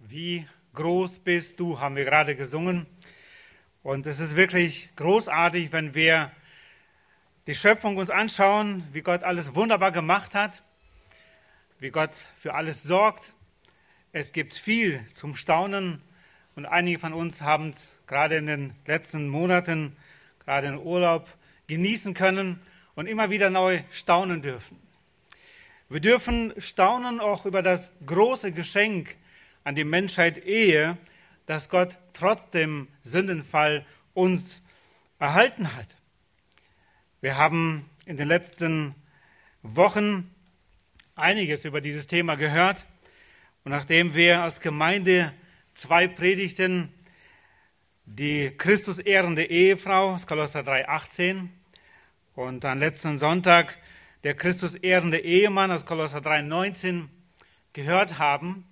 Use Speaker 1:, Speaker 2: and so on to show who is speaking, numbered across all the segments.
Speaker 1: Wie groß bist du, haben wir gerade gesungen. Und es ist wirklich großartig, wenn wir die Schöpfung uns anschauen, wie Gott alles wunderbar gemacht hat, wie Gott für alles sorgt. Es gibt viel zum Staunen und einige von uns haben es gerade in den letzten Monaten, gerade im Urlaub, genießen können und immer wieder neu staunen dürfen. Wir dürfen staunen auch über das große Geschenk an die Menschheit Ehe, dass Gott trotz dem Sündenfall uns erhalten hat. Wir haben in den letzten Wochen einiges über dieses Thema gehört. Und nachdem wir als Gemeinde 2 Predigten, die Christus ehrende Ehefrau, aus Kolosser 3,18, und am letzten Sonntag der Christus ehrende Ehemann, aus Kolosser 3,19, gehört haben,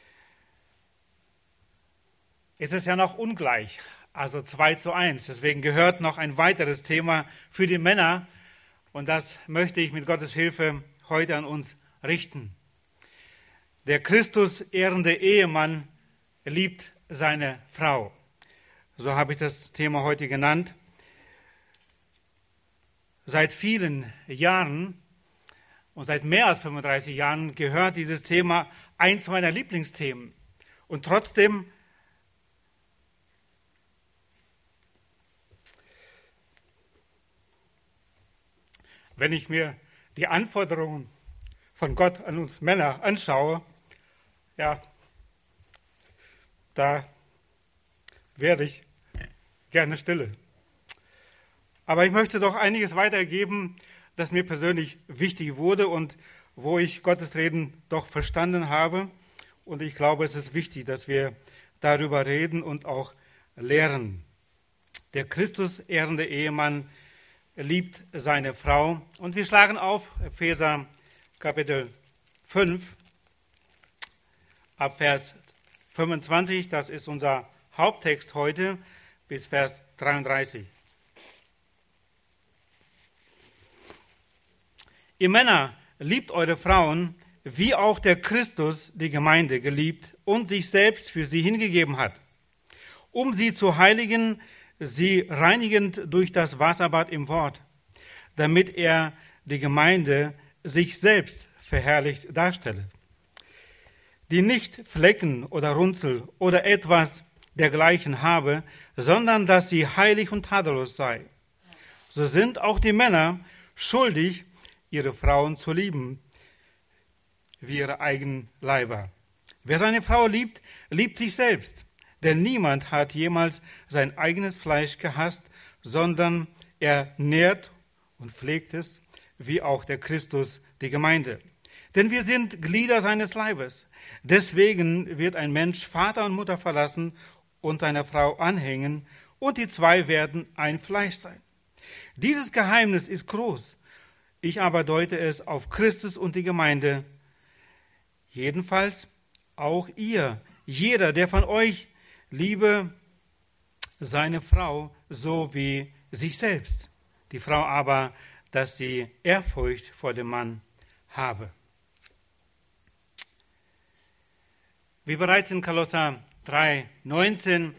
Speaker 1: ist es ja noch ungleich, also 2:1. Deswegen gehört noch ein weiteres Thema für die Männer und das möchte ich mit Gottes Hilfe heute an uns richten. Der Christus ehrende Ehemann liebt seine Frau. So habe ich das Thema heute genannt. Seit vielen Jahren und seit mehr als 35 Jahren gehört dieses Thema eins meiner Lieblingsthemen. Und trotzdem wenn ich mir die Anforderungen von Gott an uns Männer anschaue, ja, da werde ich gerne stille. Aber ich möchte doch einiges weitergeben, das mir persönlich wichtig wurde und wo ich Gottes Reden doch verstanden habe. Und ich glaube, es ist wichtig, dass wir darüber reden und auch lehren. Der Christus ehrende Ehemann liebt seine Frau. Und wir schlagen auf Epheser Kapitel 5 ab Vers 25. Das ist unser Haupttext heute bis Vers 33. Ihr Männer, liebt eure Frauen, wie auch der Christus die Gemeinde geliebt und sich selbst für sie hingegeben hat, um sie zu heiligen, sie reinigend durch das Wasserbad im Wort, damit er die Gemeinde sich selbst verherrlicht darstelle, die nicht Flecken oder Runzel oder etwas dergleichen habe, sondern dass sie heilig und tadellos sei. So sind auch die Männer schuldig, ihre Frauen zu lieben, wie ihre eigenen Leiber. Wer seine Frau liebt, liebt sich selbst. Denn niemand hat jemals sein eigenes Fleisch gehasst, sondern er nährt und pflegt es, wie auch der Christus die Gemeinde. Denn wir sind Glieder seines Leibes. Deswegen wird ein Mensch Vater und Mutter verlassen und seiner Frau anhängen, und die 2 werden ein Fleisch sein. Dieses Geheimnis ist groß. Ich aber deute es auf Christus und die Gemeinde. Jedenfalls auch ihr, jeder, der von euch liebe seine Frau so wie sich selbst. Die Frau aber, dass sie Ehrfurcht vor dem Mann habe. Wie bereits in Kolosser 3,19,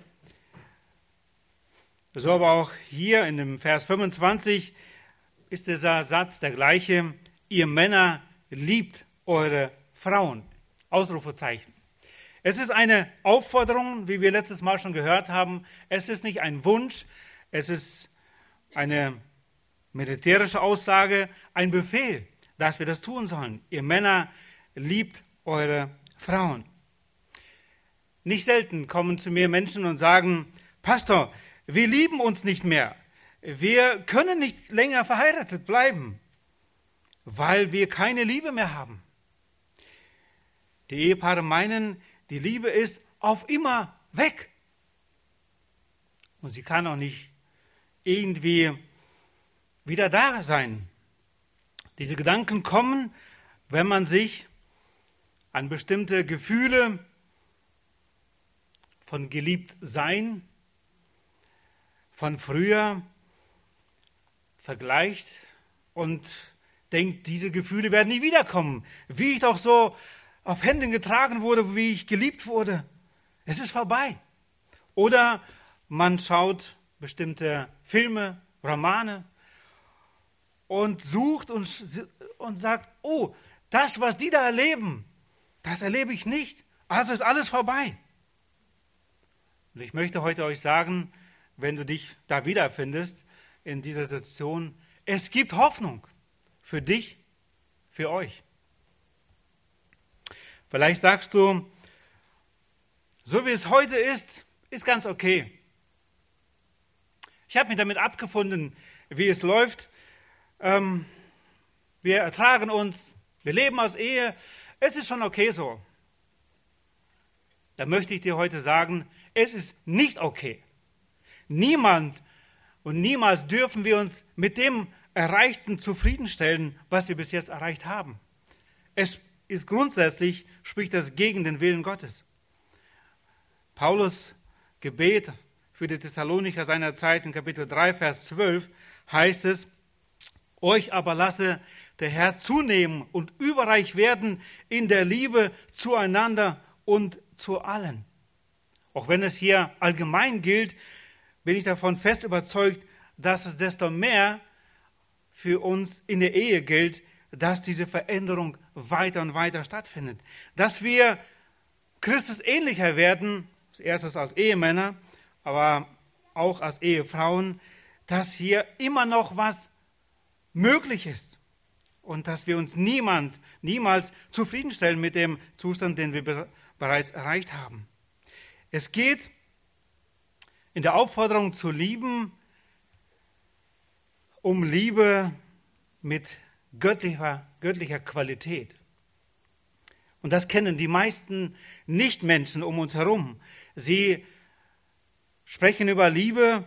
Speaker 1: so aber auch hier in dem Vers 25 ist dieser Satz der gleiche. Ihr Männer liebt eure Frauen. Ausrufezeichen. Es ist eine Aufforderung, wie wir letztes Mal schon gehört haben. Es ist nicht ein Wunsch, es ist eine militärische Aussage, ein Befehl, dass wir das tun sollen. Ihr Männer liebt eure Frauen. Nicht selten kommen zu mir Menschen und sagen, Pastor, wir lieben uns nicht mehr. Wir können nicht länger verheiratet bleiben, weil wir keine Liebe mehr haben. Die Ehepaare meinen, die Liebe ist auf immer weg. Und sie kann auch nicht irgendwie wieder da sein. Diese Gedanken kommen, wenn man sich an bestimmte Gefühle von geliebt sein, von früher vergleicht und denkt, diese Gefühle werden nie wiederkommen. Wie ich doch so auf Händen getragen wurde, wie ich geliebt wurde. Es ist vorbei. Oder man schaut bestimmte Filme, Romane und sucht und sagt, oh, das, was die da erleben, das erlebe ich nicht. Also ist alles vorbei. Und ich möchte heute euch sagen, wenn du dich da wiederfindest in dieser Situation, es gibt Hoffnung für dich, für euch. Vielleicht sagst du, so wie es heute ist, ist ganz okay. Ich habe mich damit abgefunden, wie es läuft. Wir ertragen uns, wir leben aus Ehe, es ist schon okay so. Da möchte ich dir heute sagen, es ist nicht okay. Niemand und niemals dürfen wir uns mit dem Erreichten zufriedenstellen, was wir bis jetzt erreicht haben. Es ist grundsätzlich, spricht das gegen den Willen Gottes. Paulus' Gebet für die Thessalonicher seiner Zeit in Kapitel 3, Vers 12 heißt es, euch aber lasse der Herr zunehmen und überreich werden in der Liebe zueinander und zu allen. Auch wenn es hier allgemein gilt, bin ich davon fest überzeugt, dass es desto mehr für uns in der Ehe gilt, dass diese Veränderung weiter und weiter stattfindet. Dass wir Christus ähnlicher werden, als erstes als Ehemänner, aber auch als Ehefrauen, dass hier immer noch was möglich ist und dass wir uns niemals zufriedenstellen mit dem Zustand, den wir bereits erreicht haben. Es geht in der Aufforderung zu lieben um Liebe mit göttlicher Qualität. Und das kennen die meisten Nichtmenschen um uns herum. Sie sprechen über Liebe,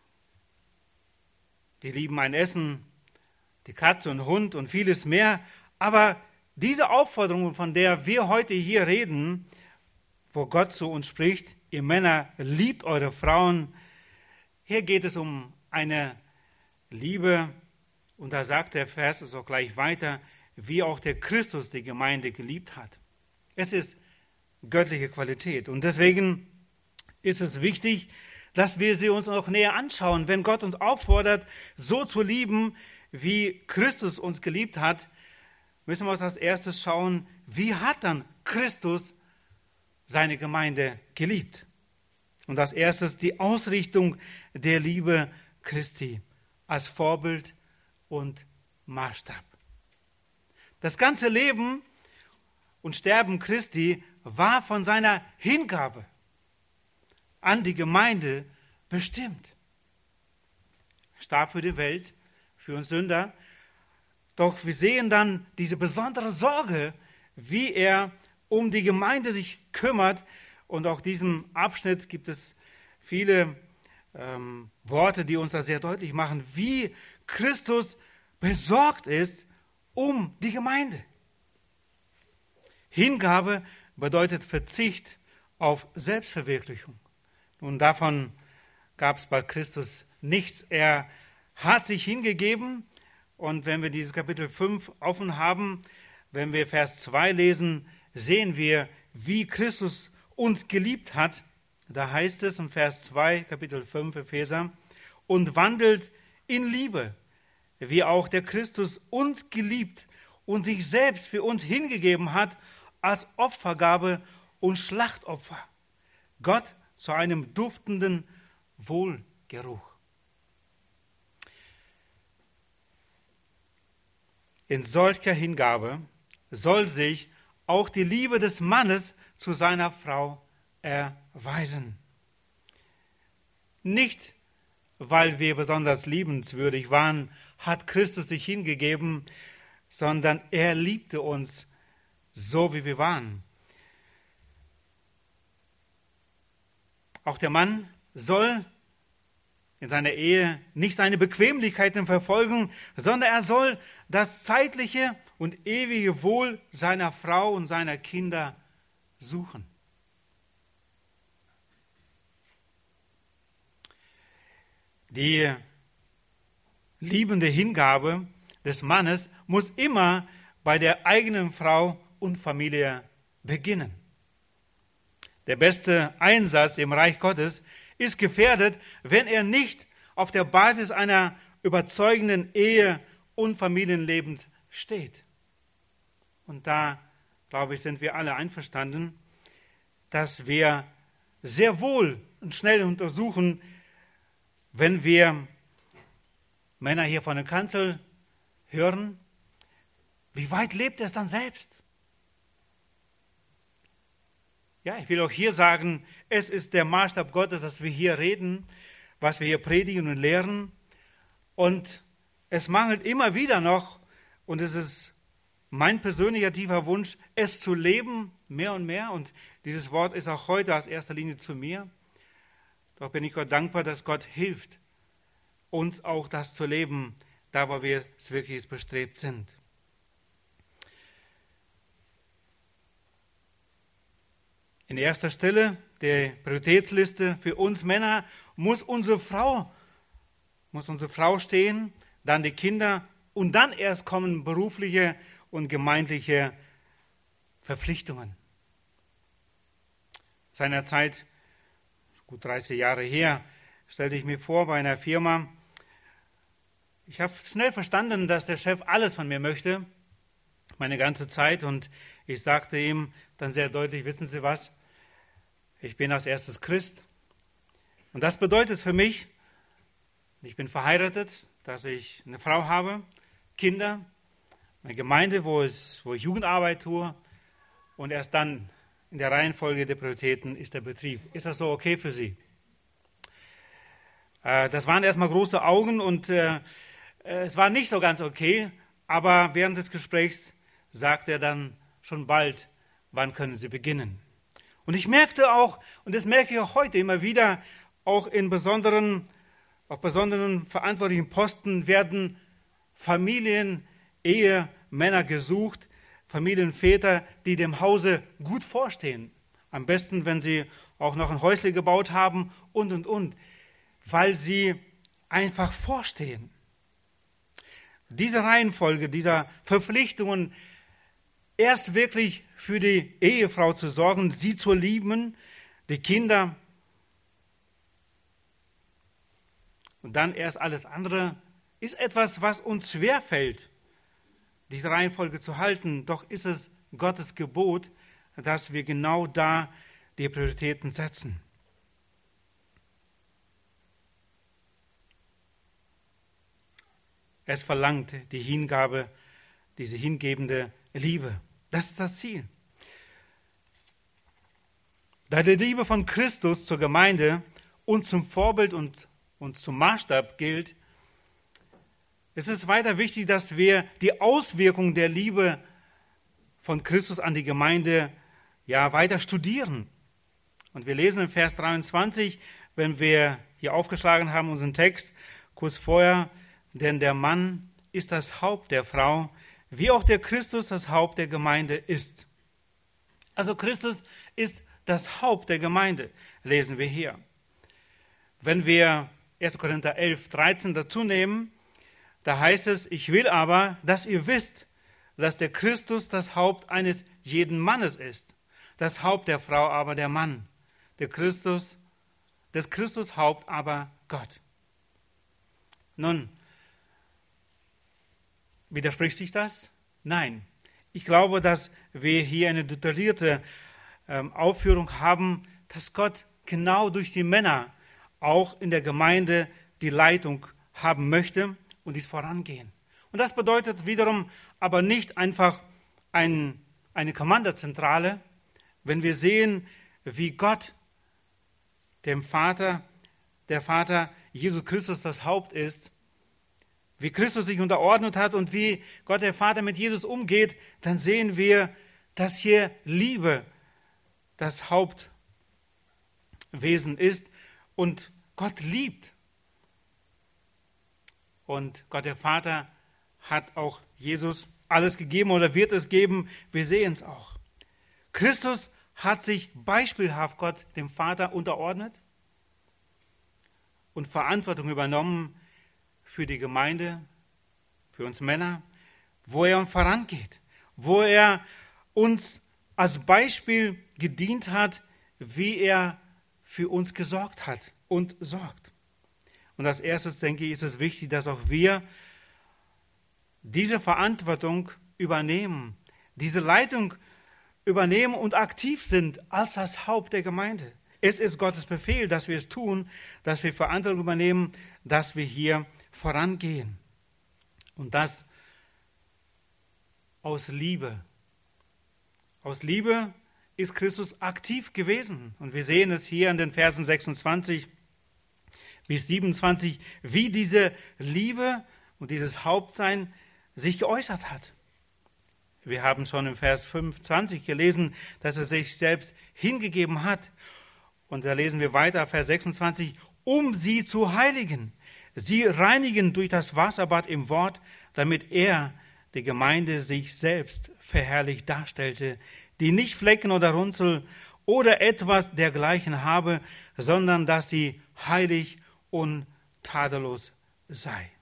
Speaker 1: sie lieben ein Essen, die Katze und Hund und vieles mehr. Aber diese Aufforderung, von der wir heute hier reden, wo Gott zu uns spricht, ihr Männer, liebt eure Frauen, hier geht es um eine Liebe, und da sagt der Vers es auch gleich weiter, wie auch der Christus die Gemeinde geliebt hat. Es ist göttliche Qualität. Und deswegen ist es wichtig, dass wir sie uns auch näher anschauen. Wenn Gott uns auffordert, so zu lieben, wie Christus uns geliebt hat, müssen wir uns als erstes schauen, wie hat dann Christus seine Gemeinde geliebt? Und als erstes die Ausrichtung der Liebe Christi als Vorbild und Maßstab. Das ganze Leben und Sterben Christi war von seiner Hingabe an die Gemeinde bestimmt. Er starb für die Welt, für uns Sünder. Doch wir sehen dann diese besondere Sorge, wie er um die Gemeinde sich kümmert. Und auch diesem Abschnitt gibt es viele Worte, die uns das sehr deutlich machen, wie Christus besorgt ist um die Gemeinde. Hingabe bedeutet Verzicht auf Selbstverwirklichung. Und davon gab es bei Christus nichts. Er hat sich hingegeben. Und wenn wir dieses Kapitel 5 offen haben, wenn wir Vers 2 lesen, sehen wir, wie Christus uns geliebt hat. Da heißt es im Vers 2, Kapitel 5, Epheser, und wandelt in Liebe, wie auch der Christus uns geliebt und sich selbst für uns hingegeben hat als Opfergabe und Schlachtopfer. Gott zu einem duftenden Wohlgeruch. In solcher Hingabe soll sich auch die Liebe des Mannes zu seiner Frau erweisen. Nicht, weil wir besonders liebenswürdig waren, hat Christus sich hingegeben, sondern er liebte uns so, wie wir waren. Auch der Mann soll in seiner Ehe nicht seine Bequemlichkeiten verfolgen, sondern er soll das zeitliche und ewige Wohl seiner Frau und seiner Kinder suchen. Die liebende Hingabe des Mannes muss immer bei der eigenen Frau und Familie beginnen. der beste Einsatz im Reich Gottes, ist gefährdet, wenn er nicht auf der Basis einer überzeugenden Ehe und Familienlebens steht. Und da, glaube ich, sind wir alle einverstanden, dass wir sehr wohl und schnell untersuchen, wenn wir Männer hier von der Kanzel hören, wie weit lebt er es dann selbst? Ja, ich will auch hier sagen, es ist der Maßstab Gottes, dass wir hier reden, was wir hier predigen und lehren. Und es mangelt immer wieder noch, und es ist mein persönlicher tiefer Wunsch, es zu leben, mehr und mehr. Und dieses Wort ist auch heute als erster Linie zu mir. Doch bin ich Gott dankbar, dass Gott hilft, uns auch das zu leben, da wo wir es wirklich bestrebt sind. In erster Stelle der Prioritätsliste für uns Männer muss unsere Frau stehen, dann die Kinder und dann erst kommen berufliche und gemeindliche Verpflichtungen. Seinerzeit, gut 30 Jahre her, stellte ich mir vor bei einer Firma, ich habe schnell verstanden, dass der Chef alles von mir möchte, meine ganze Zeit, und ich sagte ihm dann sehr deutlich, wissen Sie was, ich bin als erstes Christ und das bedeutet für mich, ich bin verheiratet, dass ich eine Frau habe, Kinder, eine Gemeinde, wo ich Jugendarbeit tue und erst dann in der Reihenfolge der Prioritäten ist der Betrieb. Ist das so okay für Sie? Das waren erstmal große Augen und es war nicht so ganz okay, aber während des Gesprächs sagte er dann schon bald, wann können Sie beginnen? Und ich merkte auch, und das merke ich auch heute immer wieder, auch auf besonderen verantwortlichen Posten werden Familien, Ehemänner gesucht, Familienväter, die dem Hause gut vorstehen. Am besten, wenn sie auch noch ein Häusle gebaut haben und, weil sie einfach vorstehen. Diese Reihenfolge dieser Verpflichtungen, erst wirklich für die Ehefrau zu sorgen, sie zu lieben, die Kinder und dann erst alles andere, ist etwas, was uns schwerfällt, diese Reihenfolge zu halten. Doch ist es Gottes Gebot, dass wir genau da die Prioritäten setzen. Es verlangt die Hingabe, diese hingebende Liebe. Das ist das Ziel. Da die Liebe von Christus zur Gemeinde uns zum Vorbild und zum Maßstab gilt, ist es weiter wichtig, dass wir die Auswirkungen der Liebe von Christus an die Gemeinde weiter studieren. Und wir lesen in Vers 23, wenn wir hier aufgeschlagen haben, unseren Text, kurz vorher, denn der Mann ist das Haupt der Frau, wie auch der Christus das Haupt der Gemeinde ist. Also Christus ist das Haupt der Gemeinde, lesen wir hier. Wenn wir 1. Korinther 11, 13 dazu nehmen, da heißt es, ich will aber, dass ihr wisst, dass der Christus das Haupt eines jeden Mannes ist, das Haupt der Frau aber der Mann, des Christus Haupt aber Gott. Nun, widerspricht sich das? Nein. Ich glaube, dass wir hier eine detaillierte Aufführung haben, dass Gott genau durch die Männer auch in der Gemeinde die Leitung haben möchte und dies vorangehen. Und das bedeutet wiederum aber nicht einfach eine Kommandozentrale, wenn wir sehen, wie Gott, der Vater Jesus Christus das Haupt ist, wie Christus sich unterordnet hat und wie Gott der Vater mit Jesus umgeht, dann sehen wir, dass hier Liebe das Hauptwesen ist und Gott liebt. Und Gott der Vater hat auch Jesus alles gegeben oder wird es geben, wir sehen es auch. Christus hat sich beispielhaft Gott dem Vater unterordnet und Verantwortung übernommen für die Gemeinde, für uns Männer, wo er uns vorangeht, wo er uns als Beispiel gedient hat, wie er für uns gesorgt hat und sorgt. Und als erstes, denke ich, ist es wichtig, dass auch wir diese Verantwortung übernehmen, diese Leitung übernehmen und aktiv sind als das Haupt der Gemeinde. Es ist Gottes Befehl, dass wir es tun, dass wir Verantwortung übernehmen, dass wir hier vorangehen. Und das aus Liebe. Aus Liebe ist Christus aktiv gewesen. Und wir sehen es hier in den Versen 26 bis 27, wie diese Liebe und dieses Hauptsein sich geäußert hat. Wir haben schon im Vers 25 gelesen, dass er sich selbst hingegeben hat. Und da lesen wir weiter, Vers 26, um sie zu heiligen, sie reinigen durch das Wasserbad im Wort, damit er, die Gemeinde, sich selbst verherrlicht darstellte, die nicht Flecken oder Runzel oder etwas dergleichen habe, sondern dass sie heilig und tadellos sei.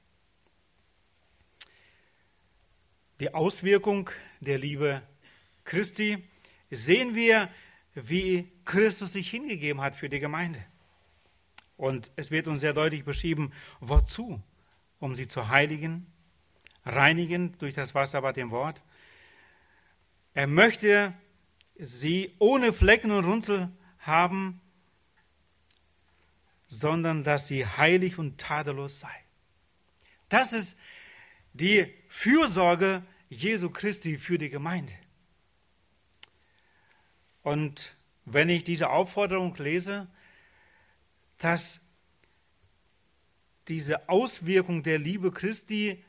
Speaker 1: Die Auswirkung der Liebe Christi sehen wir, wie Christus sich hingegeben hat für die Gemeinde. Und es wird uns sehr deutlich beschrieben, wozu? Um sie zu heiligen, reinigen durch das Wasserbad im Wort. Er möchte sie ohne Flecken und Runzel haben, sondern dass sie heilig und tadellos sei. Das ist die Fürsorge Jesu Christi für die Gemeinde. Und wenn ich diese Aufforderung lese, dass diese Auswirkung der Liebe Christi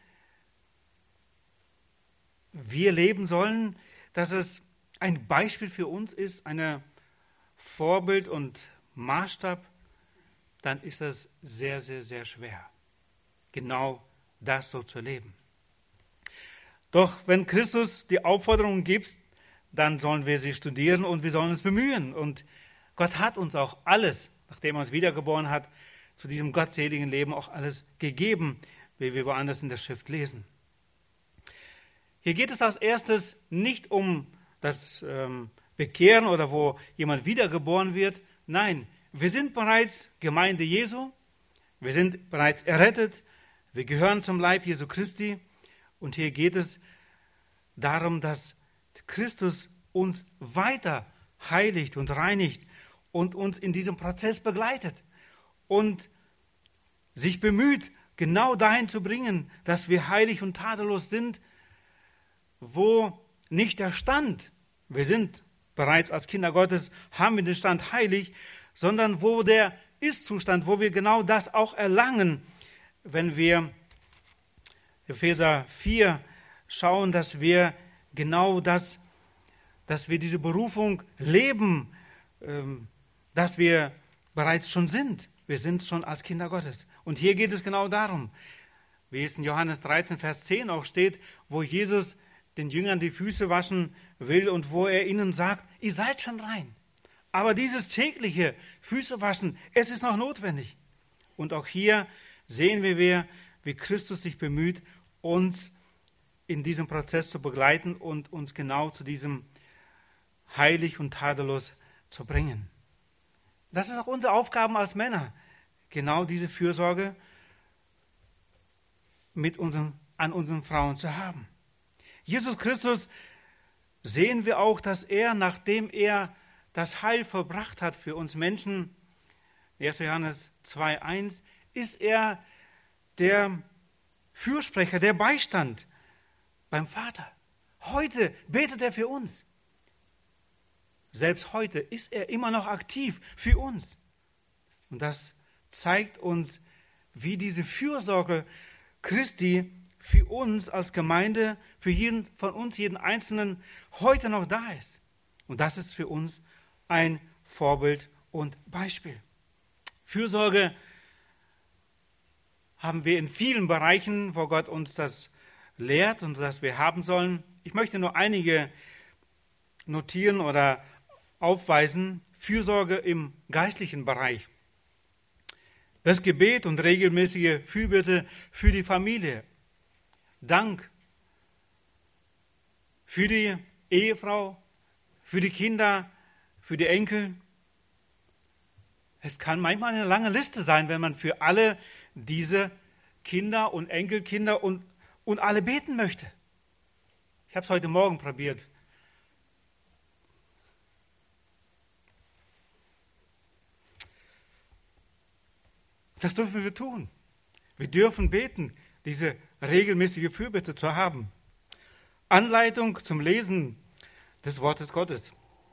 Speaker 1: wir leben sollen, dass es ein Beispiel für uns ist, eine Vorbild und Maßstab, dann ist es sehr, sehr, sehr schwer, genau das so zu leben. Doch wenn Christus die Aufforderung gibt, dann sollen wir sie studieren und wir sollen uns bemühen. Und Gott hat uns auch alles, nachdem er uns wiedergeboren hat, zu diesem gottseligen Leben auch alles gegeben, wie wir woanders in der Schrift lesen. Hier geht es als erstes nicht um das Bekehren oder wo jemand wiedergeboren wird. Nein, wir sind bereits Gemeinde Jesu, wir sind bereits errettet, wir gehören zum Leib Jesu Christi. Und hier geht es darum, dass Christus uns weiter heiligt und reinigt und uns in diesem Prozess begleitet und sich bemüht, genau dahin zu bringen, dass wir heilig und tadellos sind, wo nicht der Stand, wir sind bereits als Kinder Gottes, haben wir den Stand heilig, sondern wo der Ist-Zustand, wo wir genau das auch erlangen, wenn wir Epheser 4 schauen, dass wir genau das, dass wir diese Berufung leben, dass wir bereits schon sind. Wir sind schon als Kinder Gottes. Und hier geht es genau darum, wie es in Johannes 13, Vers 10 auch steht, wo Jesus den Jüngern die Füße waschen will und wo er ihnen sagt, ihr seid schon rein. Aber dieses tägliche Füße waschen, es ist noch notwendig. Und auch hier sehen wir, wie Christus sich bemüht, uns in diesem Prozess zu begleiten und uns genau zu diesem heilig und tadellos zu bringen. Das ist auch unsere Aufgabe als Männer, genau diese Fürsorge an unseren Frauen zu haben. Jesus Christus sehen wir auch, dass er, nachdem er das Heil vollbracht hat für uns Menschen, 1. Johannes 2,1, ist er der Fürsprecher, der Beistand beim Vater. Heute betet er für uns. Selbst heute ist er immer noch aktiv für uns. Und das zeigt uns, wie diese Fürsorge Christi für uns als Gemeinde, für jeden von uns, jeden Einzelnen, heute noch da ist. Und das ist für uns ein Vorbild und Beispiel. Fürsorge haben wir in vielen Bereichen, wo Gott uns das lehrt und das wir haben sollen. Ich möchte nur einige notieren oder aufweisen. Fürsorge im geistlichen Bereich. Das Gebet und regelmäßige Fürbitte für die Familie. Dank für die Ehefrau, für die Kinder, für die Enkel, Es kann manchmal eine lange Liste sein, wenn man für alle diese Kinder und Enkelkinder und alle beten möchte. Ich habe es heute Morgen probiert. Das dürfen wir tun. Wir dürfen beten, diese regelmäßige Fürbitte zu haben. Anleitung zum Lesen des Wortes Gottes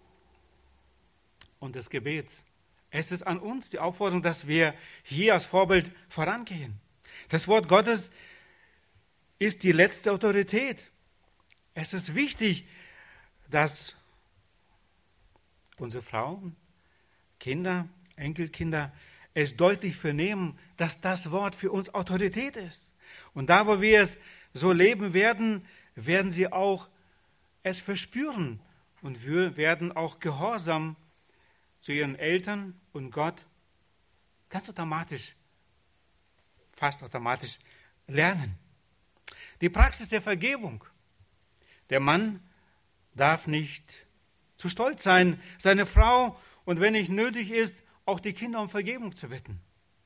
Speaker 1: und des Gebets. Es ist an uns die Aufforderung, dass wir hier als Vorbild vorangehen. Das Wort Gottes ist die letzte Autorität. Es ist wichtig, dass unsere Frauen, Kinder, Enkelkinder es deutlich vernehmen, dass das Wort für uns Autorität ist. Und da, wo wir es so leben werden, werden sie auch es verspüren und wir werden auch gehorsam zu ihren Eltern und Gott ganz automatisch, fast automatisch lernen. Die Praxis der Vergebung. Der Mann darf nicht zu stolz sein, seine Frau und wenn nicht nötig ist, auch die Kinder um Vergebung zu bitten.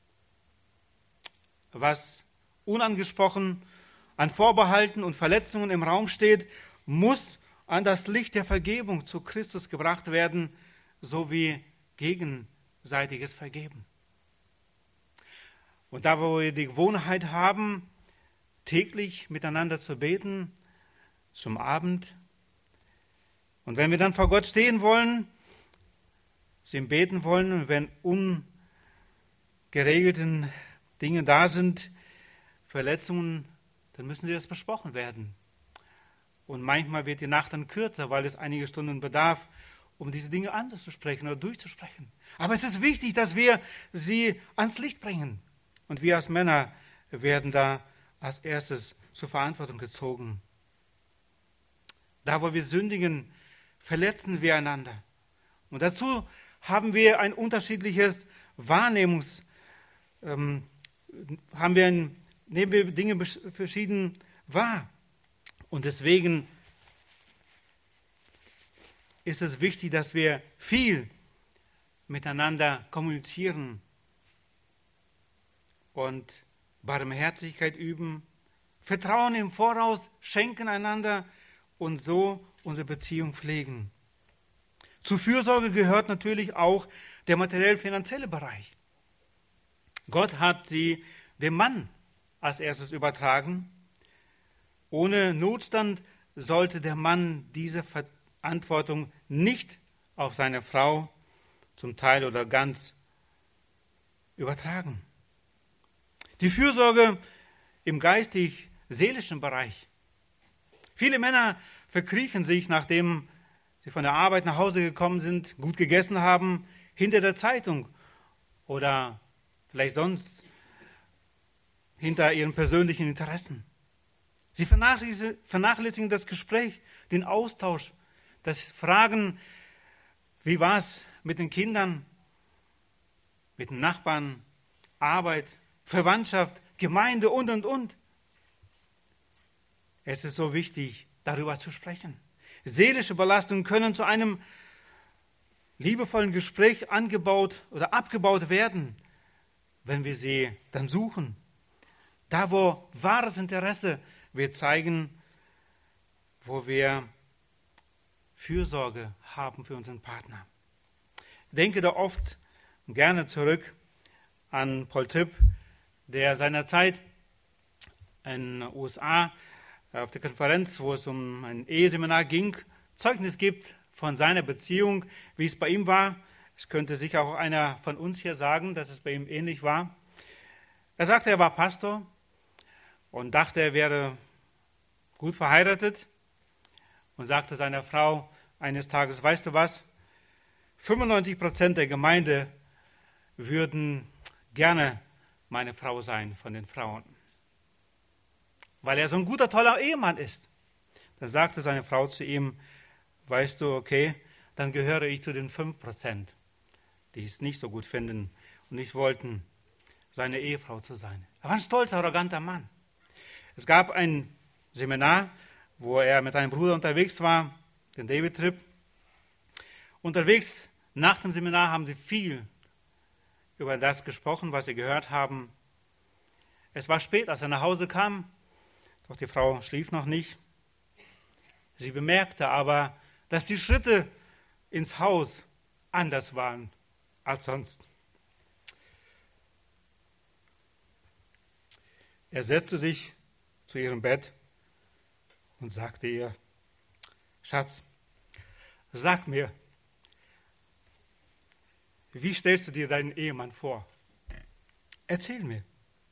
Speaker 1: Was unangesprochen an Vorbehalten und Verletzungen im Raum steht, muss an das Licht der Vergebung zu Christus gebracht werden, sowie gegenseitiges Vergeben. Und da, wo wir die Gewohnheit haben, täglich miteinander zu beten, zum Abend, und wenn wir dann vor Gott stehen wollen, zu ihm beten wollen und wenn ungeregelten Dinge da sind, Verletzungen, dann müssen sie das besprochen werden. Und manchmal wird die Nacht dann kürzer, weil es einige Stunden bedarf, um diese Dinge anzusprechen oder durchzusprechen. Aber es ist wichtig, dass wir sie ans Licht bringen. Und wir als Männer werden da als erstes zur Verantwortung gezogen. Da, wo wir sündigen, verletzen wir einander. Und dazu haben wir ein unterschiedliches nehmen wir Dinge verschieden wahr. Und deswegen ist es wichtig, dass wir viel miteinander kommunizieren und Barmherzigkeit üben, Vertrauen im Voraus schenken einander und so unsere Beziehung pflegen. Zur Fürsorge gehört natürlich auch der materiell-finanzielle Bereich. Gott hat sie dem Mann als erstes übertragen. Ohne Notstand sollte der Mann diese Verantwortung nicht auf seine Frau zum Teil oder ganz übertragen. Die Fürsorge im geistig-seelischen Bereich. Viele Männer verkriechen sich, nachdem sie von der Arbeit nach Hause gekommen sind, gut gegessen haben, hinter der Zeitung oder vielleicht sonst hinter ihren persönlichen Interessen. Sie vernachlässigen das Gespräch, den Austausch, das Fragen, wie war es mit den Kindern, mit den Nachbarn, Arbeit, Verwandtschaft, Gemeinde und. Es ist so wichtig, darüber zu sprechen. Seelische Belastungen können zu einem liebevollen Gespräch angebaut oder abgebaut werden, wenn wir sie dann suchen. Da, wo wahres Interesse wir zeigen, wo wir Fürsorge haben für unseren Partner. Ich denke da oft gerne zurück an Paul Tripp, der seinerzeit in den USA auf der Konferenz, wo es um ein Eheseminar ging, Zeugnis gibt von seiner Beziehung, wie es bei ihm war. Es könnte sicher auch einer von uns hier sagen, dass es bei ihm ähnlich war. Er sagte, er war Pastor und dachte, er wäre gut verheiratet und sagte seiner Frau eines Tages, weißt du was, 95% der Gemeinde würden gerne meine Frau sein von den Frauen, weil er so ein guter, toller Ehemann ist. Dann sagte seine Frau zu ihm, weißt du, okay, dann gehöre ich zu den 5%, die es nicht so gut finden und nicht wollten, seine Ehefrau zu sein. Er war ein stolzer, arroganter Mann. Es gab ein Seminar, wo er mit seinem Bruder unterwegs war, den David Tripp. Unterwegs nach dem Seminar haben sie viel über das gesprochen, was sie gehört haben. Es war spät, als er nach Hause kam, doch die Frau schlief noch nicht. Sie bemerkte aber, dass die Schritte ins Haus anders waren als sonst. Er setzte sich zu ihrem Bett und sagte ihr: Schatz, sag mir, wie stellst du dir deinen Ehemann vor? Erzähl mir.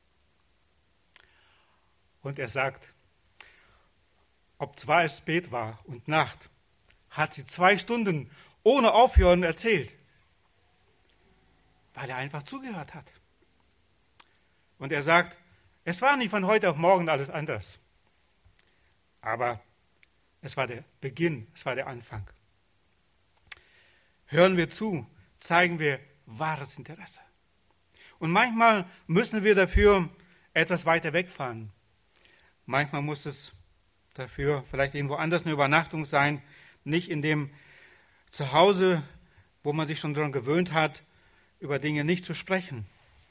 Speaker 1: Und er sagt, obzwar es spät war und Nacht, hat sie 2 Stunden ohne Aufhören erzählt, weil er einfach zugehört hat. Und er sagt, es war nicht von heute auf morgen alles anders, aber es war der Beginn, es war der Anfang. Hören wir zu, zeigen wir wahres Interesse. Und manchmal müssen wir dafür etwas weiter wegfahren. Manchmal muss es dafür vielleicht irgendwo anders eine Übernachtung sein, nicht in dem Zuhause, wo man sich schon daran gewöhnt hat, über Dinge nicht zu sprechen.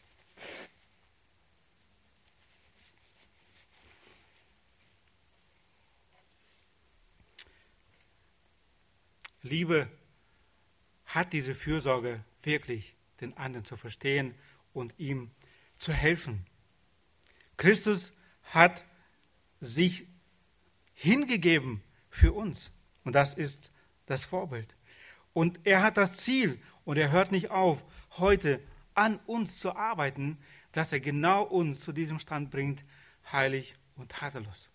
Speaker 1: Liebe hat diese Fürsorge wirklich, den anderen zu verstehen und ihm zu helfen. Christus hat sich hingegeben für uns. Und das ist das Vorbild. Und er hat das Ziel und er hört nicht auf, heute an uns zu arbeiten, dass er genau uns zu diesem Stand bringt, heilig und tadellos.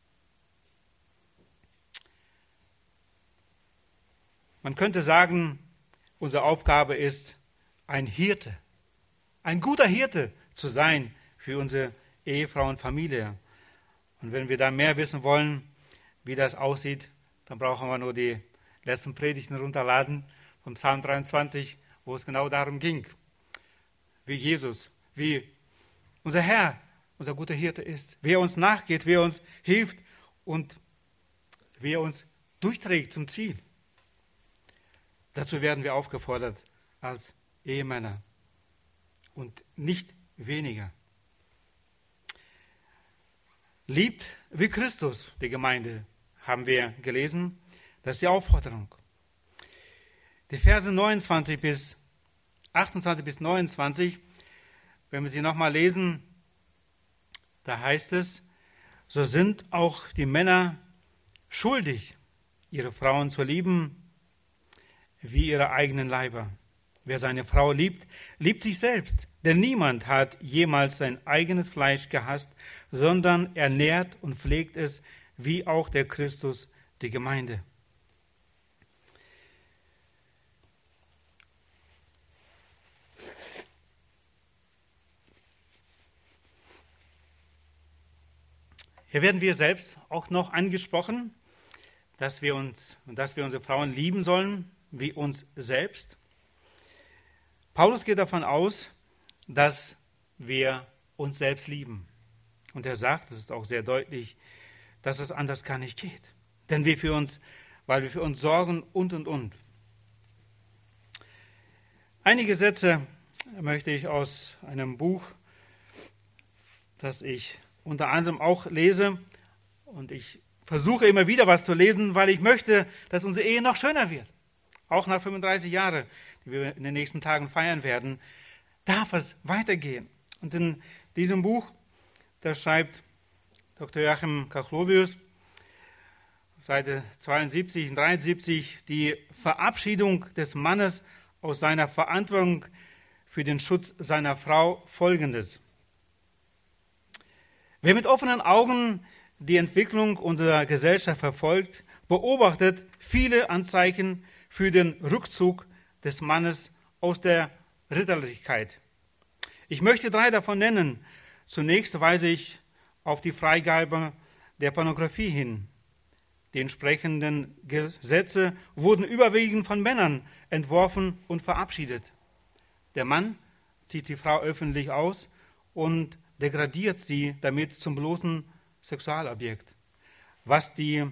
Speaker 1: Man könnte sagen, unsere Aufgabe ist, ein Hirte, ein guter Hirte zu sein für unsere Ehefrau und Familie. Und wenn wir da mehr wissen wollen, wie das aussieht, dann brauchen wir nur die letzten Predigten runterladen vom Psalm 23, wo es genau darum ging, wie Jesus, wie unser Herr, unser guter Hirte ist, wie er uns nachgeht, wie er uns hilft und wie er uns durchträgt zum Ziel. Dazu werden wir aufgefordert als Ehemänner und nicht weniger. Liebt wie Christus die Gemeinde, haben wir gelesen. Das ist die Aufforderung. Die Verse 28 bis 28 bis 29, wenn wir sie nochmal lesen, da heißt es, so sind auch die Männer schuldig, ihre Frauen zu lieben, wie ihre eigenen Leiber. Wer seine Frau liebt, liebt sich selbst. Denn niemand hat jemals sein eigenes Fleisch gehasst, sondern ernährt und pflegt es, wie auch der Christus die Gemeinde. Hier werden wir selbst auch noch angesprochen, dass wir unsere Frauen lieben sollen, wie uns selbst. Paulus geht davon aus, dass wir uns selbst lieben. Und er sagt, das ist auch sehr deutlich, dass es anders gar nicht geht. Denn weil wir für uns sorgen und. Einige Sätze möchte ich aus einem Buch, das ich unter anderem auch lese. Und ich versuche immer wieder was zu lesen, weil ich möchte, dass unsere Ehe noch schöner wird. Auch nach 35 Jahren, die wir in den nächsten Tagen feiern werden, darf es weitergehen. Und in diesem Buch, da schreibt Dr. Joachim Kachlovius, Seite 72 und 73, die Verabschiedung des Mannes aus seiner Verantwortung für den Schutz seiner Frau Folgendes. Wer mit offenen Augen die Entwicklung unserer Gesellschaft verfolgt, beobachtet viele Anzeichen für den Rückzug des Mannes aus der Ritterlichkeit. Ich möchte 3 davon nennen. Zunächst weise ich auf die Freigabe der Pornografie hin. Die entsprechenden Gesetze wurden überwiegend von Männern entworfen und verabschiedet. Der Mann zieht die Frau öffentlich aus und degradiert sie damit zum bloßen Sexualobjekt, was die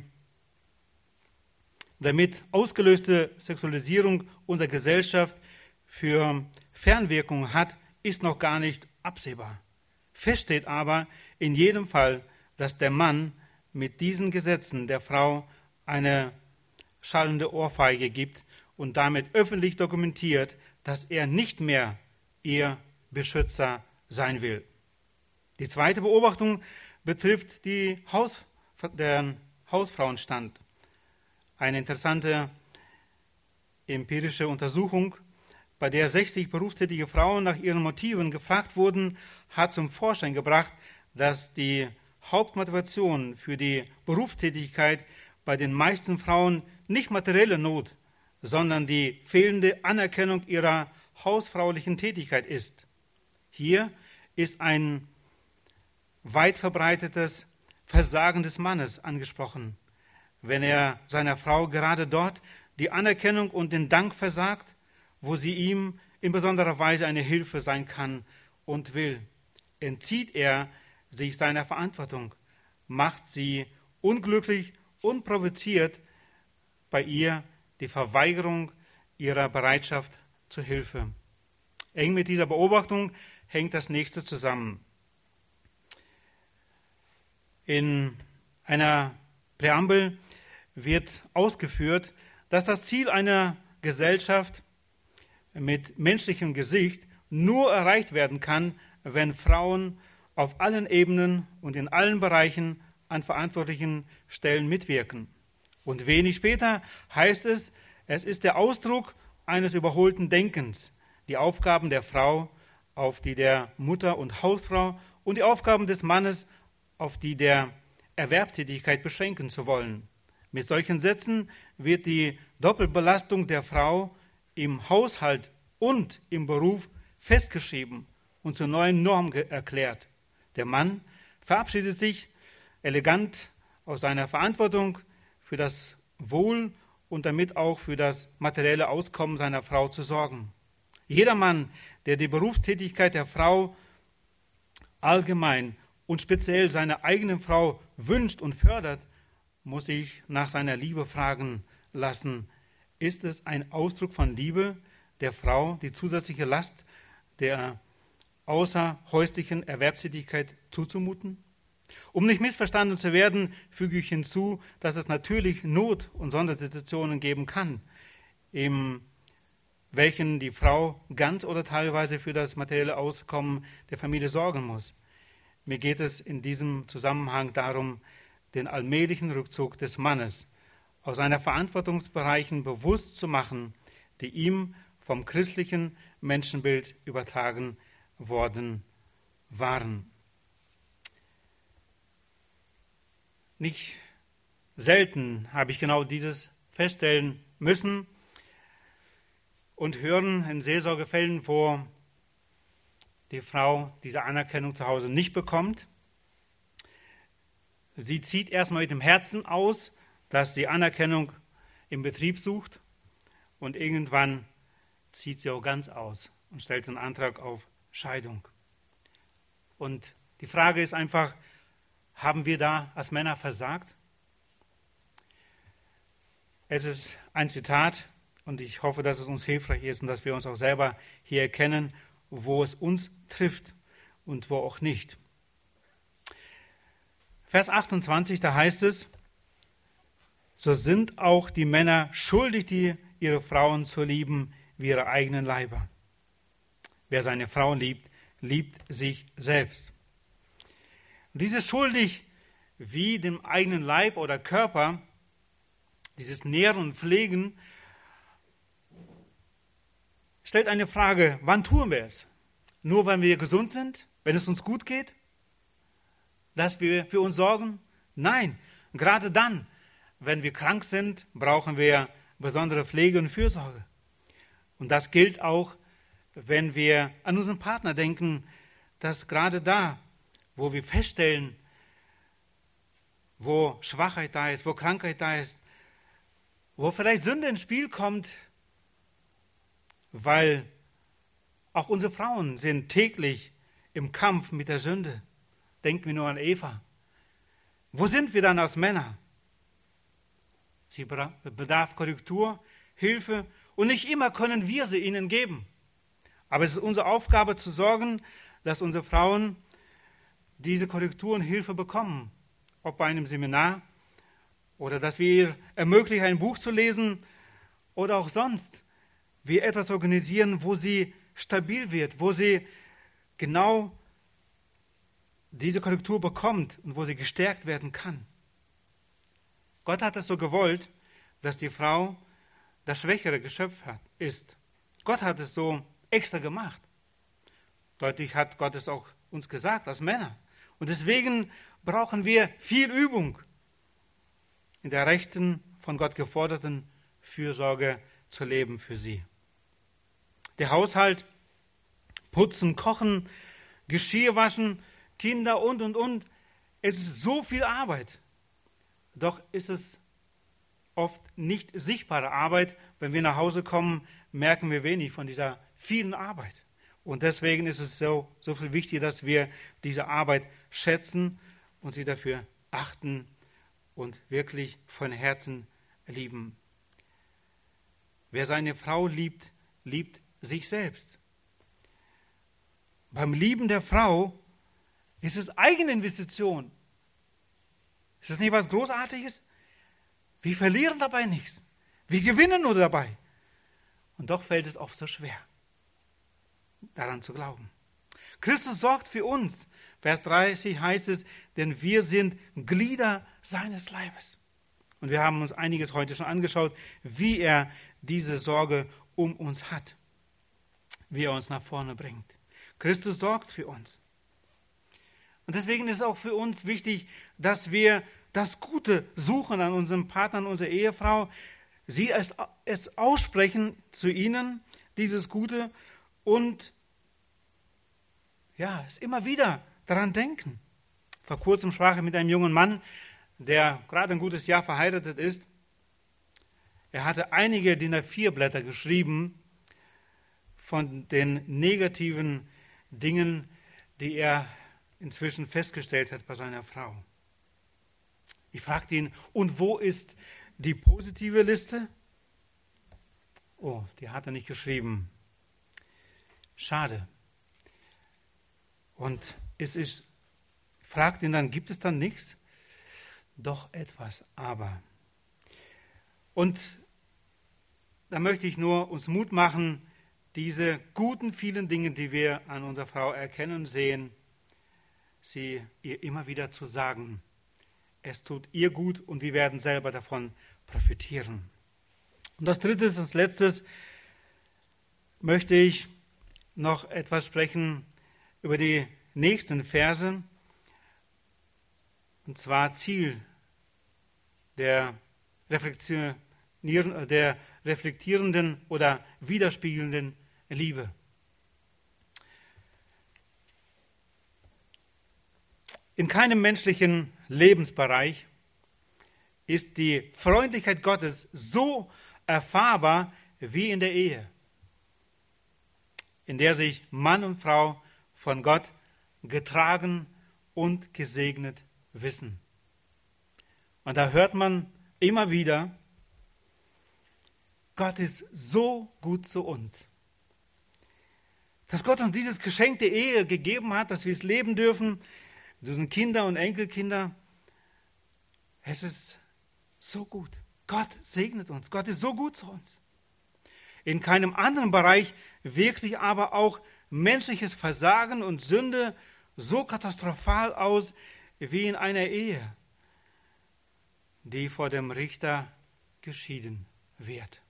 Speaker 1: damit ausgelöste Sexualisierung unserer Gesellschaft für Fernwirkung hat, ist noch gar nicht absehbar. Fest steht aber in jedem Fall, dass der Mann mit diesen Gesetzen der Frau eine schallende Ohrfeige gibt und damit öffentlich dokumentiert, dass er nicht mehr ihr Beschützer sein will. Die zweite Beobachtung betrifft den Hausfrauenstand. Eine interessante empirische Untersuchung, bei der 60 berufstätige Frauen nach ihren Motiven gefragt wurden, hat zum Vorschein gebracht, dass die Hauptmotivation für die Berufstätigkeit bei den meisten Frauen nicht materielle Not, sondern die fehlende Anerkennung ihrer hausfraulichen Tätigkeit ist. Hier ist ein weit verbreitetes Versagen des Mannes angesprochen, wenn er seiner Frau gerade dort die Anerkennung und den Dank versagt, wo sie ihm in besonderer Weise eine Hilfe sein kann und will. Entzieht er sich seiner Verantwortung, macht sie unglücklich und provoziert bei ihr die Verweigerung ihrer Bereitschaft zur Hilfe. Eng mit dieser Beobachtung hängt das nächste zusammen. In einer Präambel wird ausgeführt, dass das Ziel einer Gesellschaft mit menschlichem Gesicht nur erreicht werden kann, wenn Frauen auf allen Ebenen und in allen Bereichen an verantwortlichen Stellen mitwirken. Und wenig später heißt es, es ist der Ausdruck eines überholten Denkens, die Aufgaben der Frau auf die der Mutter und Hausfrau und die Aufgaben des Mannes auf die der Erwerbstätigkeit beschränken zu wollen. Mit solchen Sätzen wird die Doppelbelastung der Frau im Haushalt und im Beruf festgeschrieben und zur neuen Norm erklärt. Der Mann verabschiedet sich elegant aus seiner Verantwortung für das Wohl und damit auch für das materielle Auskommen seiner Frau zu sorgen. Jeder Mann, der die Berufstätigkeit der Frau allgemein und speziell seine eigene Frau wünscht und fördert, muss sich nach seiner Liebe fragen lassen, ist es ein Ausdruck von Liebe, der Frau die zusätzliche Last der außerhäuslichen Erwerbstätigkeit zuzumuten? Um nicht missverstanden zu werden, füge ich hinzu, dass es natürlich Not- und Sondersituationen geben kann, in welchen die Frau ganz oder teilweise für das materielle Auskommen der Familie sorgen muss. Mir geht es in diesem Zusammenhang darum, den allmählichen Rückzug des Mannes aus seinen Verantwortungsbereichen bewusst zu machen, die ihm vom christlichen Menschenbild übertragen worden waren. Nicht selten habe ich genau dieses feststellen müssen und hören in Seelsorgefällen, wo die Frau diese Anerkennung zu Hause nicht bekommt. Sie zieht erstmal mit dem Herzen aus, dass sie Anerkennung im Betrieb sucht und irgendwann zieht sie auch ganz aus und stellt einen Antrag auf Scheidung. Und die Frage ist einfach, haben wir da als Männer versagt? Es ist ein Zitat und ich hoffe, dass es uns hilfreich ist und dass wir uns auch selber hier erkennen, wo es uns trifft und wo auch nicht. Vers 28, da heißt es, so sind auch die Männer schuldig, ihre Frauen zu lieben wie ihre eigenen Leiber. Wer seine Frau liebt, liebt sich selbst. Und dieses schuldig wie dem eigenen Leib oder Körper, dieses Nähren und Pflegen, stellt eine Frage, wann tun wir es? Nur wenn wir gesund sind, wenn es uns gut geht, dass wir für uns sorgen? Nein, gerade dann, wenn wir krank sind, brauchen wir besondere Pflege und Fürsorge. Und das gilt auch, wenn wir an unseren Partner denken, dass gerade da, wo wir feststellen, wo Schwachheit da ist, wo Krankheit da ist, wo vielleicht Sünde ins Spiel kommt, weil auch unsere Frauen sind täglich im Kampf mit der Sünde. Denken wir nur an Eva. Wo sind wir dann als Männer? Sie bedarf Korrektur, Hilfe und nicht immer können wir sie ihnen geben. Aber es ist unsere Aufgabe zu sorgen, dass unsere Frauen diese Korrektur und Hilfe bekommen. Ob bei einem Seminar oder dass wir ihr ermöglichen, ein Buch zu lesen oder auch sonst. Wir etwas organisieren, wo sie stabil wird, wo sie genau diese Korrektur bekommt und wo sie gestärkt werden kann. Gott hat es so gewollt, dass die Frau das schwächere Geschöpf ist. Gott hat es so extra gemacht. Deutlich hat Gott es auch uns gesagt, als Männer. Und deswegen brauchen wir viel Übung in der rechten, von Gott geforderten Fürsorge zu leben für sie. Der Haushalt, putzen, kochen, Geschirr waschen, Kinder und. Es ist so viel Arbeit. Doch ist es oft nicht sichtbare Arbeit. Wenn wir nach Hause kommen, merken wir wenig von dieser vielen Arbeit. Und deswegen ist es so viel wichtig, dass wir diese Arbeit schätzen und sie dafür achten und wirklich von Herzen lieben. Wer seine Frau liebt, liebt sich selbst. Beim Lieben der Frau ist es Eigeninvestition. Ist das nicht was Großartiges? Wir verlieren dabei nichts. Wir gewinnen nur dabei. Und doch fällt es oft so schwer, daran zu glauben. Christus sorgt für uns. Vers 30 heißt es, denn wir sind Glieder seines Leibes. Und wir haben uns einiges heute schon angeschaut, wie er diese Sorge um uns hat, wie er uns nach vorne bringt. Christus sorgt für uns. Und deswegen ist es auch für uns wichtig, dass wir das Gute suchen an unserem Partner, an unserer Ehefrau. Sie es aussprechen zu ihnen, dieses Gute, und ja, es immer wieder daran denken. Vor kurzem sprach ich mit einem jungen Mann, der gerade ein gutes Jahr verheiratet ist. Er hatte einige DIN A4-Blätter geschrieben von den negativen Dingen, die er inzwischen festgestellt hat bei seiner Frau. Ich fragte ihn, und wo ist die positive Liste? Oh, die hat er nicht geschrieben. Schade. Und ich fragte ihn dann, gibt es dann nichts? Doch etwas, aber. Und da möchte ich nur uns Mut machen, diese guten, vielen Dinge, die wir an unserer Frau erkennen und sehen, sie ihr immer wieder zu sagen. Es tut ihr gut und wir werden selber davon profitieren. Und als drittes und letztes möchte ich noch etwas sprechen über die nächsten Verse, und zwar Ziel der reflektierenden oder widerspiegelnden Liebe. In keinem menschlichen Lebensbereich ist die Freundlichkeit Gottes so erfahrbar wie in der Ehe, in der sich Mann und Frau von Gott getragen und gesegnet wissen. Und da hört man immer wieder, Gott ist so gut zu uns. Dass Gott uns dieses Geschenk der Ehe gegeben hat, dass wir es leben dürfen, mit unseren Kindern und Enkelkinder. Es ist so gut. Gott segnet uns. Gott ist so gut zu uns. In keinem anderen Bereich wirkt sich aber auch menschliches Versagen und Sünde so katastrophal aus wie in einer Ehe, die vor dem Richter geschieden wird.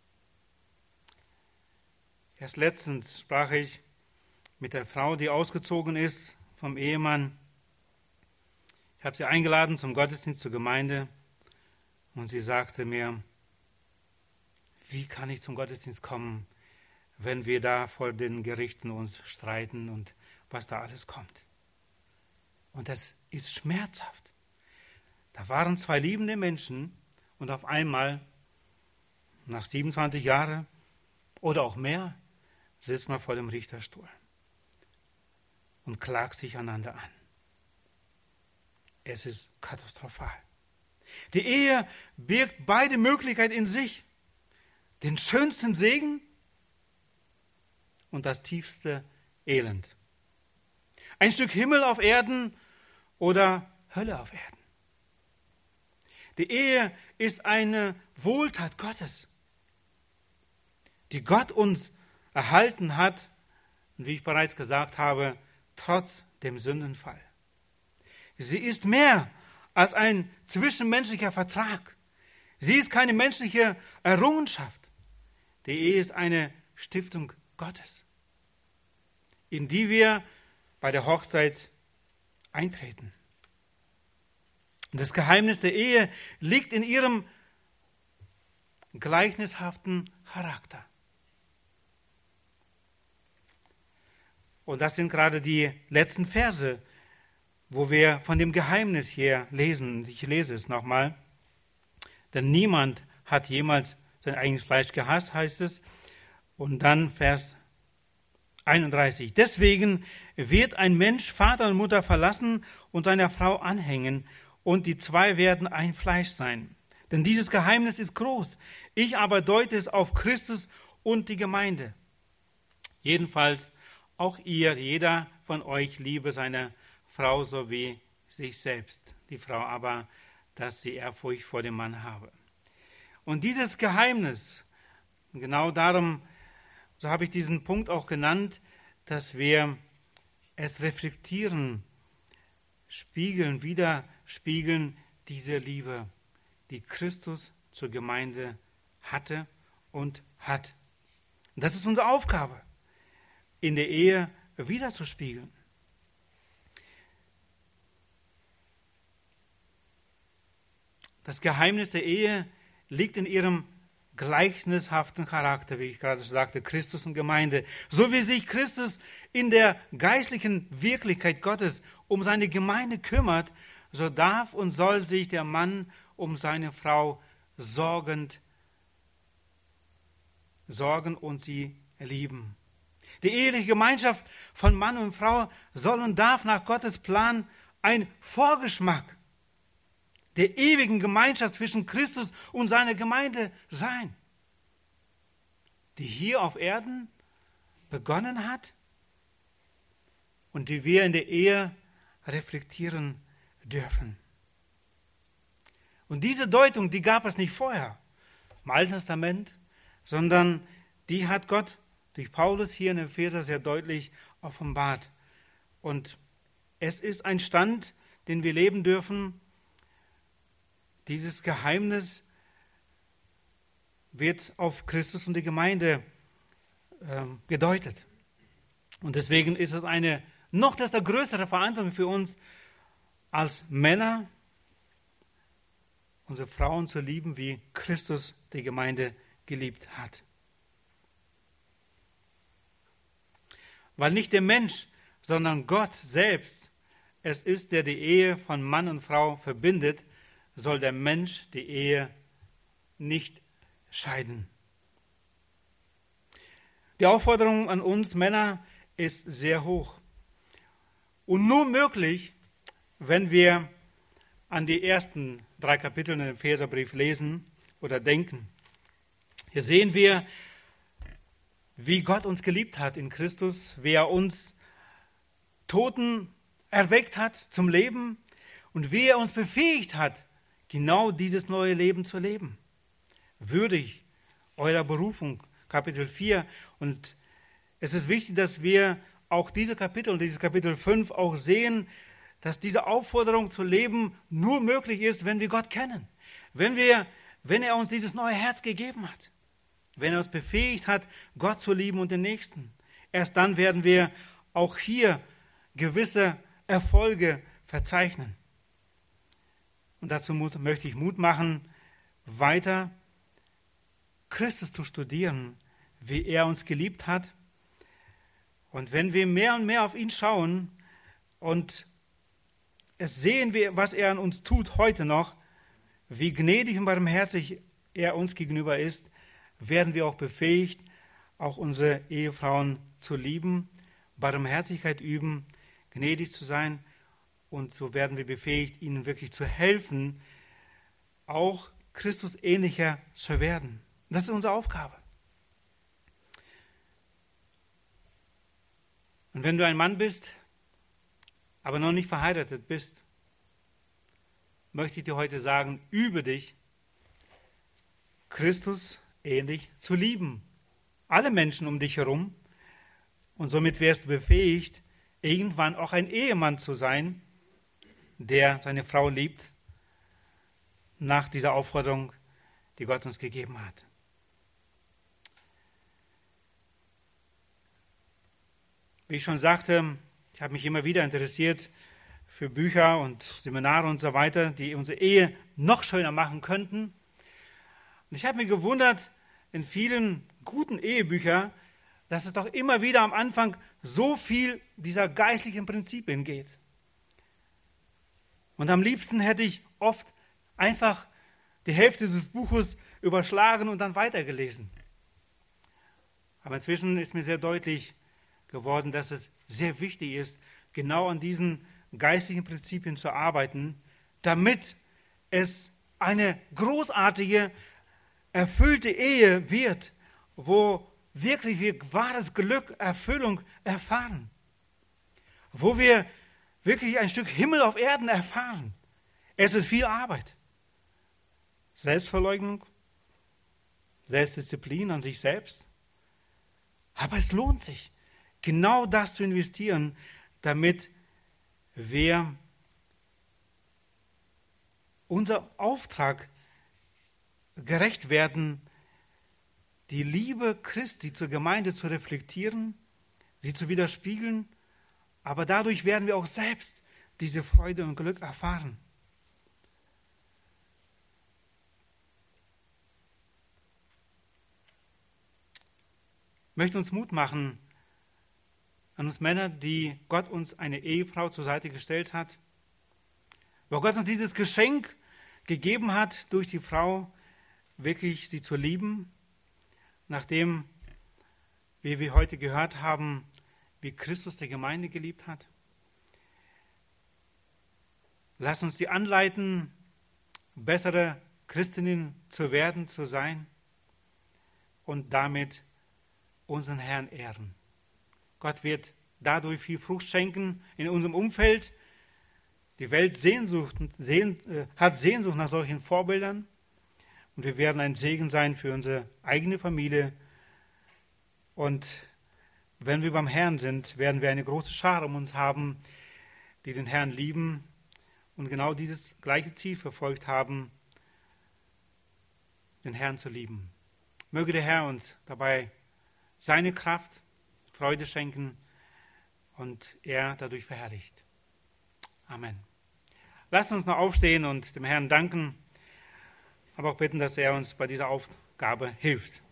Speaker 1: Erst letztens sprach ich mit der Frau, die ausgezogen ist vom Ehemann. Ich habe sie eingeladen zum Gottesdienst, zur Gemeinde, und sie sagte mir, wie kann ich zum Gottesdienst kommen, wenn wir da vor den Gerichten uns streiten und was da alles kommt. Und das ist schmerzhaft. Da waren zwei liebende Menschen und auf einmal, nach 27 Jahren oder auch mehr, sitzt man vor dem Richterstuhl und klagt sich einander an. Es ist katastrophal. Die Ehe birgt beide Möglichkeiten in sich. Den schönsten Segen und das tiefste Elend. Ein Stück Himmel auf Erden oder Hölle auf Erden. Die Ehe ist eine Wohltat Gottes, die Gott uns erhalten hat, und wie ich bereits gesagt habe, trotz dem Sündenfall. Sie ist mehr als ein zwischenmenschlicher Vertrag. Sie ist keine menschliche Errungenschaft. Die Ehe ist eine Stiftung Gottes, in die wir bei der Hochzeit eintreten. Und das Geheimnis der Ehe liegt in ihrem gleichnishaften Charakter. Und das sind gerade die letzten Verse, wo wir von dem Geheimnis hier lesen. Ich lese es nochmal. Denn niemand hat jemals sein eigenes Fleisch gehasst, heißt es. Und dann Vers 31. Deswegen wird ein Mensch Vater und Mutter verlassen und seiner Frau anhängen, und die zwei werden ein Fleisch sein. Denn dieses Geheimnis ist groß. Ich aber deute es auf Christus und die Gemeinde. Jedenfalls auch ihr, jeder von euch, liebe seine Frau so wie sich selbst. Die Frau aber, dass sie Ehrfurcht vor dem Mann habe. Und dieses Geheimnis, genau darum, so habe ich diesen Punkt auch genannt, dass wir es reflektieren, spiegeln, widerspiegeln, diese Liebe, die Christus zur Gemeinde hatte und hat. Und das ist unsere Aufgabe, in der Ehe widerzuspiegeln. Das Geheimnis der Ehe liegt in ihrem gleichnishaften Charakter, wie ich gerade sagte, Christus und Gemeinde. So wie sich Christus in der geistlichen Wirklichkeit Gottes um seine Gemeinde kümmert, so darf und soll sich der Mann um seine Frau sorgen und sie lieben. Die eheliche Gemeinschaft von Mann und Frau soll und darf nach Gottes Plan ein Vorgeschmack der ewigen Gemeinschaft zwischen Christus und seiner Gemeinde sein, die hier auf Erden begonnen hat und die wir in der Ehe reflektieren dürfen. Und diese Deutung, die gab es nicht vorher im Alten Testament, sondern die hat Gott durch Paulus hier in Epheser sehr deutlich offenbart. Und es ist ein Stand, den wir leben dürfen. Dieses Geheimnis wird auf Christus und die Gemeinde gedeutet. Und deswegen ist es eine noch desto größere Verantwortung für uns als Männer, unsere Frauen zu lieben, wie Christus die Gemeinde geliebt hat. Weil nicht der Mensch, sondern Gott selbst es ist, der die Ehe von Mann und Frau verbindet, soll der Mensch die Ehe nicht scheiden. Die Aufforderung an uns Männer ist sehr hoch und nur möglich, wenn wir an die ersten 3 Kapitel im Epheserbrief lesen oder denken. Hier sehen wir, wie Gott uns geliebt hat in Christus, wie er uns Toten erweckt hat zum Leben und wie er uns befähigt hat, genau dieses neue Leben zu leben. Würdig eurer Berufung, Kapitel 4. Und es ist wichtig, dass wir auch diese Kapitel und dieses Kapitel 5 auch sehen, dass diese Aufforderung zu leben nur möglich ist, wenn wir Gott kennen. Wenn er uns dieses neue Herz gegeben hat. Wenn er uns befähigt hat, Gott zu lieben und den Nächsten. Erst dann werden wir auch hier gewisse Erfolge verzeichnen. Und dazu möchte ich Mut machen, weiter Christus zu studieren, wie er uns geliebt hat. Und wenn wir mehr und mehr auf ihn schauen und es sehen wir, was er an uns tut heute noch, wie gnädig und barmherzig er uns gegenüber ist, werden wir auch befähigt, auch unsere Ehefrauen zu lieben, Barmherzigkeit üben, gnädig zu sein. Und so werden wir befähigt, ihnen wirklich zu helfen, auch Christus ähnlicher zu werden. Das ist unsere Aufgabe. Und wenn du ein Mann bist, aber noch nicht verheiratet bist, möchte ich dir heute sagen, übe dich, Christus ähnlich zu lieben. Alle Menschen um dich herum. Und somit wärst du befähigt, irgendwann auch ein Ehemann zu sein, der seine Frau liebt, nach dieser Aufforderung, die Gott uns gegeben hat. Wie ich schon sagte, ich habe mich immer wieder interessiert für Bücher und Seminare und so weiter, die unsere Ehe noch schöner machen könnten. Und ich habe mich gewundert, in vielen guten Ehebüchern, dass es doch immer wieder am Anfang so viel dieser geistlichen Prinzipien geht. Und am liebsten hätte ich oft einfach die Hälfte des Buches überschlagen und dann weitergelesen. Aber inzwischen ist mir sehr deutlich geworden, dass es sehr wichtig ist, genau an diesen geistlichen Prinzipien zu arbeiten, damit es eine großartige, erfüllte Ehe wird, wo wirklich wir wahres Glück, Erfüllung erfahren. Wo wir wirklich ein Stück Himmel auf Erden erfahren. Es ist viel Arbeit. Selbstverleugnung, Selbstdisziplin an sich selbst. Aber es lohnt sich, genau das zu investieren, damit wir unser Auftrag gerecht werden, die Liebe Christi zur Gemeinde zu reflektieren, sie zu widerspiegeln, aber dadurch werden wir auch selbst diese Freude und Glück erfahren. Ich möchte uns Mut machen an uns Männer, die Gott uns eine Ehefrau zur Seite gestellt hat, wo Gott uns dieses Geschenk gegeben hat, durch die Frau wirklich sie zu lieben, nachdem, wie wir heute gehört haben, wie Christus die Gemeinde geliebt hat. Lass uns sie anleiten, bessere Christinnen zu werden, zu sein und damit unseren Herrn ehren. Gott wird dadurch viel Frucht schenken in unserem Umfeld. Die Welt hat Sehnsucht nach solchen Vorbildern. Und wir werden ein Segen sein für unsere eigene Familie. Und wenn wir beim Herrn sind, werden wir eine große Schar um uns haben, die den Herrn lieben und genau dieses gleiche Ziel verfolgt haben, den Herrn zu lieben. Möge der Herr uns dabei seine Kraft, Freude schenken und er dadurch verherrlicht. Amen. Lasst uns noch aufstehen und dem Herrn danken, aber auch bitten, dass er uns bei dieser Aufgabe hilft.